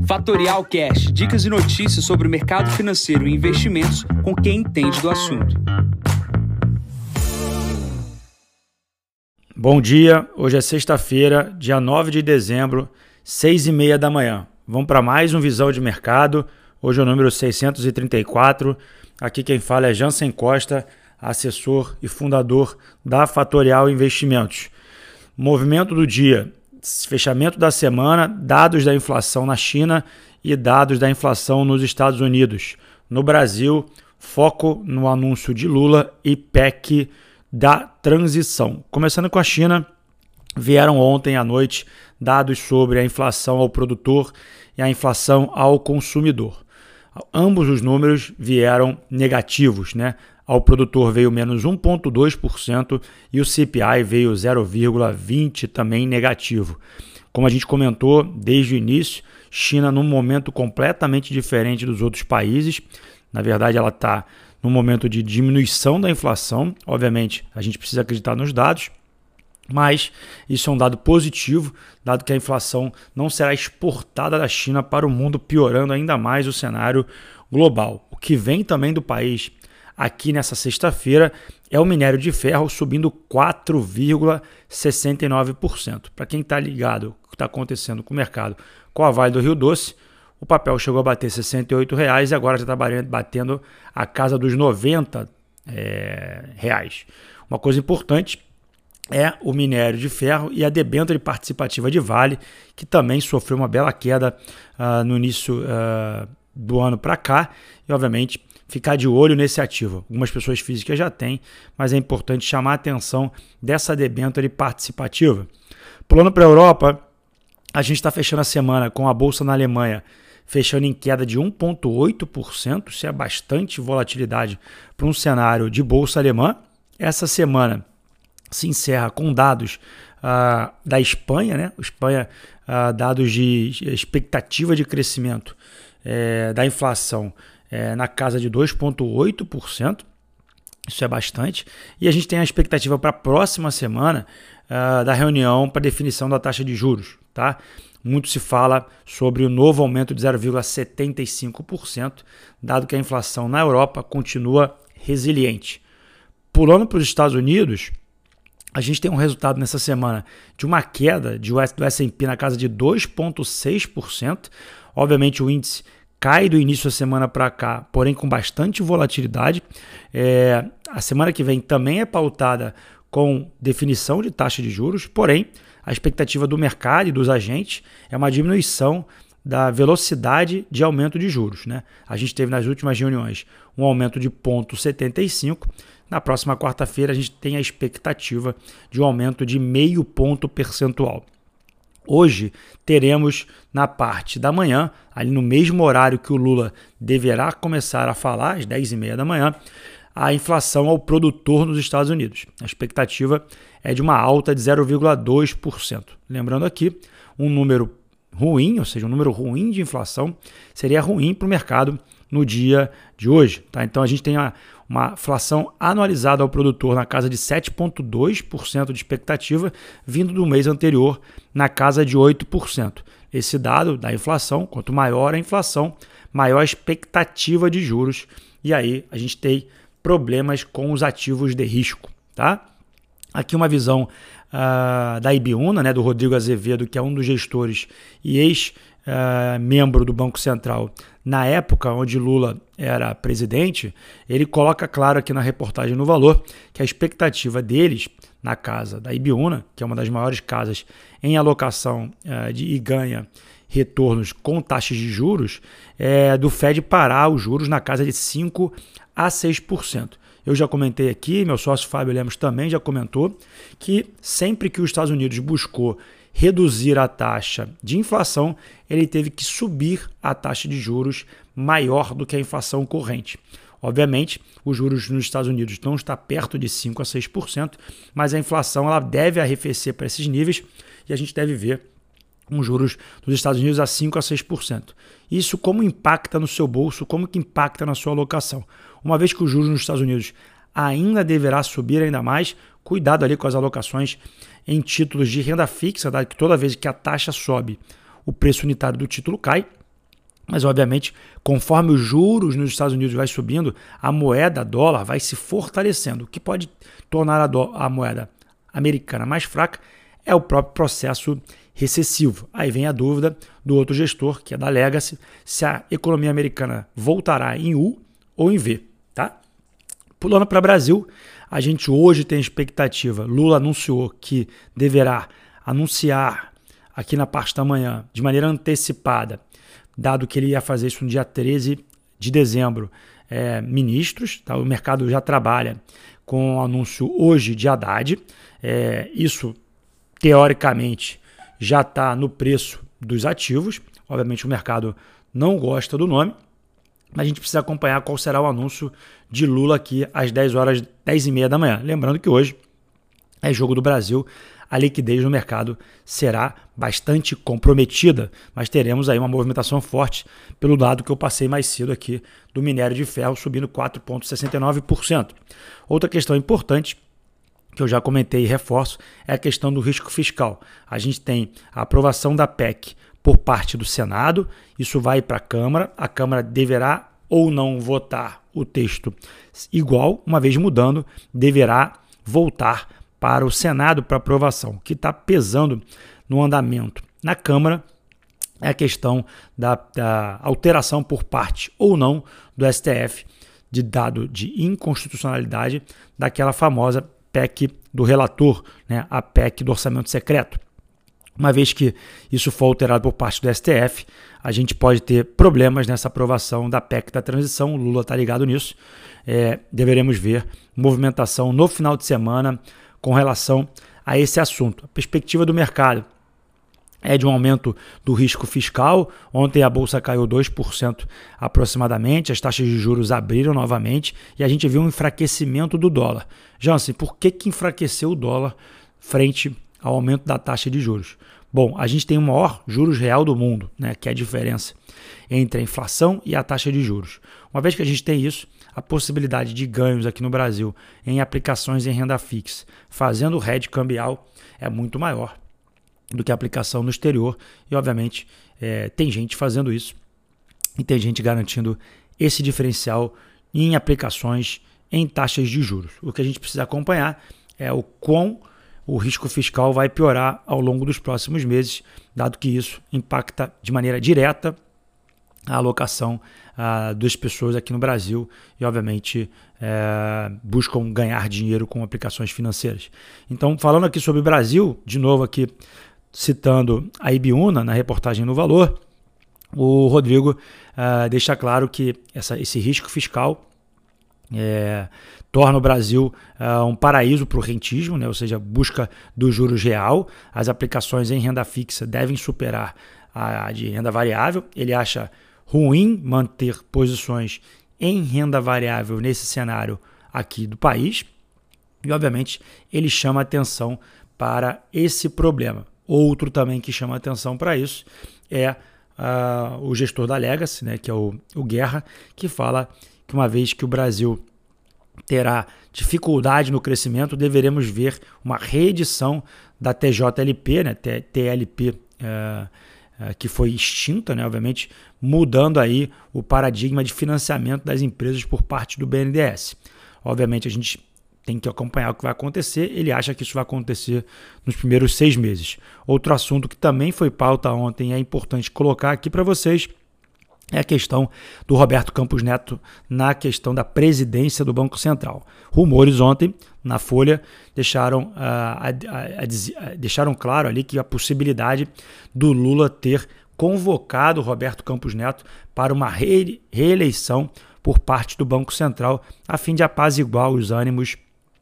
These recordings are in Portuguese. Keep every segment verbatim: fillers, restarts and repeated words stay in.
Fatorial Cash, dicas e notícias sobre o mercado financeiro e investimentos com quem entende do assunto. Bom dia, hoje é sexta-feira, dia nove de dezembro, seis e meia da manhã. Vamos para mais um Visão de Mercado, hoje é o número seiscentos e trinta e quatro. Aqui quem fala é Jansen Costa, assessor e fundador da Fatorial Investimentos. Movimento do dia, fechamento da semana, dados da inflação na China e dados da inflação nos Estados Unidos. No Brasil, foco no anúncio de Lula e P E C da transição. Começando com a China, vieram ontem à noite dados sobre a inflação ao produtor e a inflação ao consumidor. Ambos os números vieram negativos, né? Ao produtor veio menos um vírgula dois por cento e o C P I veio zero vírgula vinte por cento também negativo. Como a gente comentou desde o início, China num momento completamente diferente dos outros países. Na verdade, ela está num momento de diminuição da inflação. Obviamente, a gente precisa acreditar nos dados, mas isso é um dado positivo, dado que a inflação não será exportada da China para o mundo, piorando ainda mais o cenário global. O que vem também do país aqui nessa sexta-feira é o minério de ferro subindo quatro vírgula sessenta e nove por cento. Para quem está ligado o que está acontecendo com o mercado, com a Vale do Rio Doce, o papel chegou a bater sessenta e oito reais e agora já está batendo a casa dos noventa é, reais. Uma coisa importante é o minério de ferro e a debênture participativa de Vale, que também sofreu uma bela queda uh, no início uh, do ano para cá e, obviamente, ficar de olho nesse ativo. Algumas pessoas físicas já têm, mas é importante chamar a atenção dessa debênture participativa. Pulando para a Europa, a gente está fechando a semana com a Bolsa na Alemanha fechando em queda de um vírgula oito por cento, isso é bastante volatilidade para um cenário de Bolsa alemã. Essa semana se encerra com dados uh, da Espanha, né? Espanha, uh, dados de expectativa de crescimento eh, da inflação eh, na casa de dois vírgula oito por cento, isso é bastante, e a gente tem a expectativa para a próxima semana uh, da reunião para definição da taxa de juros, tá? Muito se fala sobre o novo aumento de zero vírgula setenta e cinco por cento, dado que a inflação na Europa continua resiliente. Pulando para os Estados Unidos, a gente tem um resultado nessa semana de uma queda de do S and P na casa de dois vírgula seis por cento. Obviamente o índice cai do início da semana para cá, porém com bastante volatilidade. É, a semana que vem também é pautada com definição de taxa de juros, porém a expectativa do mercado e dos agentes é uma diminuição da velocidade de aumento de juros, né? A gente teve nas últimas reuniões um aumento de zero vírgula setenta e cinco. Na próxima quarta-feira a gente tem a expectativa de um aumento de meio ponto percentual. Hoje teremos na parte da manhã, ali no mesmo horário que o Lula deverá começar a falar, às dez e meia da manhã, a inflação ao produtor nos Estados Unidos. A expectativa é de uma alta de zero vírgula dois por cento. Lembrando aqui, um número ruim, ou seja, um número ruim de inflação, seria ruim para o mercado no dia de hoje. Tá? Então a gente tem uma, uma inflação anualizada ao produtor na casa de sete vírgula dois por cento de expectativa, vindo do mês anterior na casa de oito por cento. Esse dado da inflação, quanto maior a inflação, maior a expectativa de juros, e aí a gente tem problemas com os ativos de risco. Tá? Aqui uma visão uh, da Ibiúna, né, do Rodrigo Azevedo, que é um dos gestores e ex-membro uh, do Banco Central na época onde Lula era presidente. Ele coloca claro aqui na reportagem no Valor que a expectativa deles na casa da Ibiúna, que é uma das maiores casas em alocação uh, de, e ganha retornos com taxas de juros, é do Fed parar os juros na casa de cinco a seis por cento. Eu já comentei aqui, meu sócio Fábio Lemos também já comentou, que sempre que os Estados Unidos buscou reduzir a taxa de inflação, ele teve que subir a taxa de juros maior do que a inflação corrente. Obviamente, os juros nos Estados Unidos não está perto de cinco a seis por cento, mas a inflação ela deve arrefecer para esses níveis e a gente deve ver um juros dos Estados Unidos a cinco a seis por cento. Isso como impacta no seu bolso, como que impacta na sua alocação? Uma vez que os juros nos Estados Unidos ainda deverá subir ainda mais, cuidado ali com as alocações em títulos de renda fixa, tá? Que toda vez que a taxa sobe, o preço unitário do título cai. Mas, obviamente, conforme os juros nos Estados Unidos vai subindo, a moeda dólar vai se fortalecendo. O que pode tornar a, do- a moeda americana mais fraca é o próprio processo recessivo. Aí vem a dúvida do outro gestor, que é da Legacy, se a economia americana voltará em U ou em V. Tá? Pulando para o Brasil, a gente hoje tem expectativa. Lula anunciou que deverá anunciar aqui na parte da manhã, de maneira antecipada, dado que ele ia fazer isso no dia treze de dezembro, é, ministros, tá? O mercado já trabalha com o anúncio hoje de Haddad, é, isso teoricamente já está no preço dos ativos, obviamente o mercado não gosta do nome, mas a gente precisa acompanhar qual será o anúncio de Lula aqui às dez horas, dez e meia da manhã, lembrando que hoje é jogo do Brasil, a liquidez no mercado será bastante comprometida, mas teremos aí uma movimentação forte pelo dado que eu passei mais cedo aqui do minério de ferro subindo quatro vírgula sessenta e nove por cento. Outra questão importante que eu já comentei e reforço é a questão do risco fiscal. A gente tem a aprovação da P E C por parte do Senado, isso vai para a Câmara, a Câmara deverá ou não votar o texto igual, uma vez mudando, deverá voltar para o Senado para aprovação. O que está pesando no andamento na Câmara é a questão da, da alteração por parte ou não do S T F de dado de inconstitucionalidade daquela famosa P E C do relator, né, a P E C do orçamento secreto. Uma vez que isso for alterado por parte do S T F, a gente pode ter problemas nessa aprovação da P E C da transição, o Lula está ligado nisso, é, deveremos ver movimentação no final de semana com relação a esse assunto. A perspectiva do mercado é de um aumento do risco fiscal. Ontem a Bolsa caiu dois por cento aproximadamente, as taxas de juros abriram novamente e a gente viu um enfraquecimento do dólar. Jansen, por que, que enfraqueceu o dólar frente ao aumento da taxa de juros? Bom, a gente tem o maior juros real do mundo, né, que é a diferença entre a inflação e a taxa de juros. Uma vez que a gente tem isso, a possibilidade de ganhos aqui no Brasil em aplicações em renda fixa, fazendo o hedge cambial, é muito maior do que a aplicação no exterior. E, obviamente, é, tem gente fazendo isso e tem gente garantindo esse diferencial em aplicações em taxas de juros. O que a gente precisa acompanhar é o quão o risco fiscal vai piorar ao longo dos próximos meses, dado que isso impacta de maneira direta a alocação ah, das pessoas aqui no Brasil e, obviamente, é, buscam ganhar dinheiro com aplicações financeiras. Então, falando aqui sobre o Brasil, de novo aqui citando a Ibiúna na reportagem no Valor, o Rodrigo ah, deixa claro que essa, esse risco fiscal é, torna o Brasil uh, um paraíso para o rentismo, né? Ou seja, busca do juros real. As aplicações em renda fixa devem superar a de renda variável. Ele acha ruim manter posições em renda variável nesse cenário aqui do país. E, obviamente, ele chama atenção para esse problema. Outro também que chama atenção para isso é uh, o gestor da Legacy, né? Que é o, o Guerra, que fala que uma vez que o Brasil terá dificuldade no crescimento, deveremos ver uma reedição da T J L P, né, T L P, é, é, que foi extinta, né, obviamente, mudando aí o paradigma de financiamento das empresas por parte do B N D E S. Obviamente, a gente tem que acompanhar o que vai acontecer. Ele acha que isso vai acontecer nos primeiros seis meses. Outro assunto que também foi pauta ontem, é importante colocar aqui para vocês, é a questão do Roberto Campos Neto na questão da presidência do Banco Central. Rumores ontem, na Folha, deixaram, uh, a, a, a, deixaram claro ali que a possibilidade do Lula ter convocado o Roberto Campos Neto para uma re, reeleição por parte do Banco Central, a fim de apaziguar os ânimos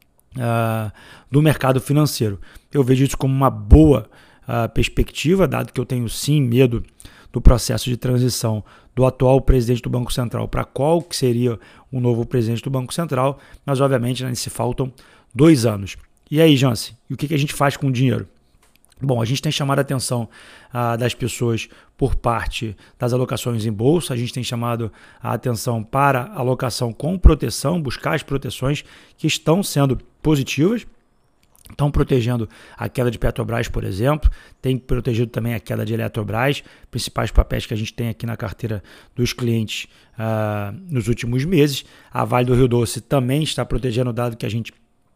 uh, do mercado financeiro. Eu vejo isso como uma boa uh, perspectiva, dado que eu tenho sim medo do processo de transição do atual presidente do Banco Central para qual que seria o novo presidente do Banco Central, mas obviamente ainda se faltam dois anos. E aí, Jansen, e o que, que a gente faz com o dinheiro? Bom, a gente tem chamado a atenção ah, das pessoas por parte das alocações em bolsa, a gente tem chamado a atenção para a alocação com proteção, buscar as proteções que estão sendo positivas. estão protegendo a queda de Petrobras, por exemplo, tem protegido também a queda de Eletrobras, principais papéis que a gente tem aqui na carteira dos clientes uh, nos últimos meses. A Vale do Rio Doce também está protegendo, dado que a gente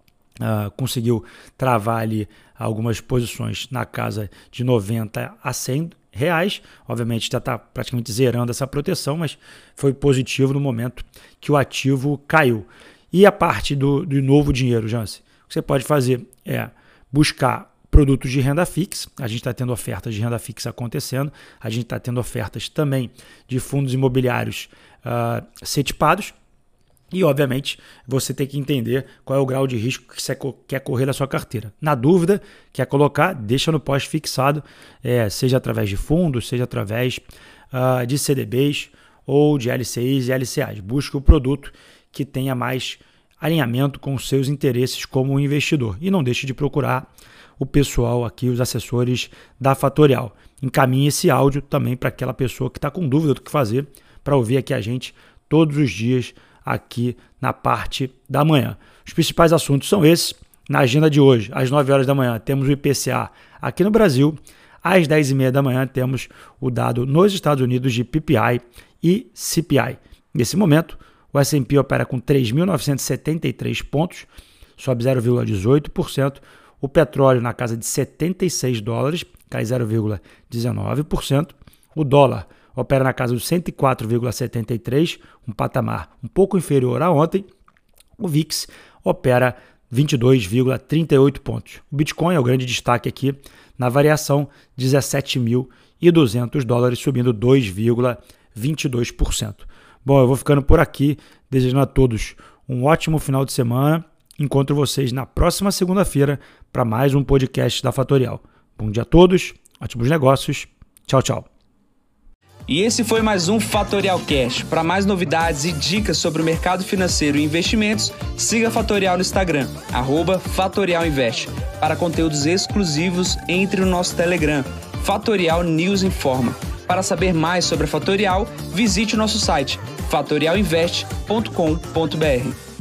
uh, conseguiu travar ali algumas posições na casa de noventa a cem reais. Obviamente já está praticamente zerando essa proteção, mas foi positivo no momento que o ativo caiu. E a parte do, do novo dinheiro, Jansen? O que você pode fazer é buscar produtos de renda fixa. A gente está tendo ofertas de renda fixa acontecendo. A gente está tendo ofertas também de fundos imobiliários uh, setipados. E, obviamente, você tem que entender qual é o grau de risco que você quer correr na sua carteira. Na dúvida, quer colocar, deixa no pós-fixado, é, seja através de fundos, seja através uh, de C D Bs ou de L C Is e L C As. Busque o produto que tenha mais alinhamento com os seus interesses como investidor. E não deixe de procurar o pessoal aqui, os assessores da Fatorial. Encaminhe esse áudio também para aquela pessoa que está com dúvida do que fazer, para ouvir aqui a gente todos os dias aqui na parte da manhã. Os principais assuntos são esses. Na agenda de hoje, às nove horas da manhã, temos o I P C A aqui no Brasil. Às dez e meia da manhã, temos o dado nos Estados Unidos de P P I e C P I. Nesse momento, o S and P opera com três mil novecentos e setenta e três pontos, sobe zero vírgula dezoito por cento. O petróleo na casa de setenta e seis dólares, cai zero vírgula dezenove por cento. O dólar opera na casa dos cento e quatro vírgula setenta e três, um patamar um pouco inferior a ontem. O V I X opera vinte e dois vírgula trinta e oito pontos. O Bitcoin é o grande destaque aqui na variação, dezessete mil e duzentos dólares, subindo dois vírgula vinte e dois por cento. Bom, eu vou ficando por aqui, desejando a todos um ótimo final de semana. Encontro vocês na próxima segunda-feira para mais um podcast da Fatorial. Bom dia a todos, ótimos negócios. Tchau, tchau. E esse foi mais um Fatorial Cash. Para mais novidades e dicas sobre o mercado financeiro e investimentos, siga a Fatorial no Instagram, arroba Fatorial Invest. Para conteúdos exclusivos, entre no nosso Telegram, Fatorial News Informa. Para saber mais sobre a Fatorial, visite o nosso site fatorial invest ponto com ponto b r.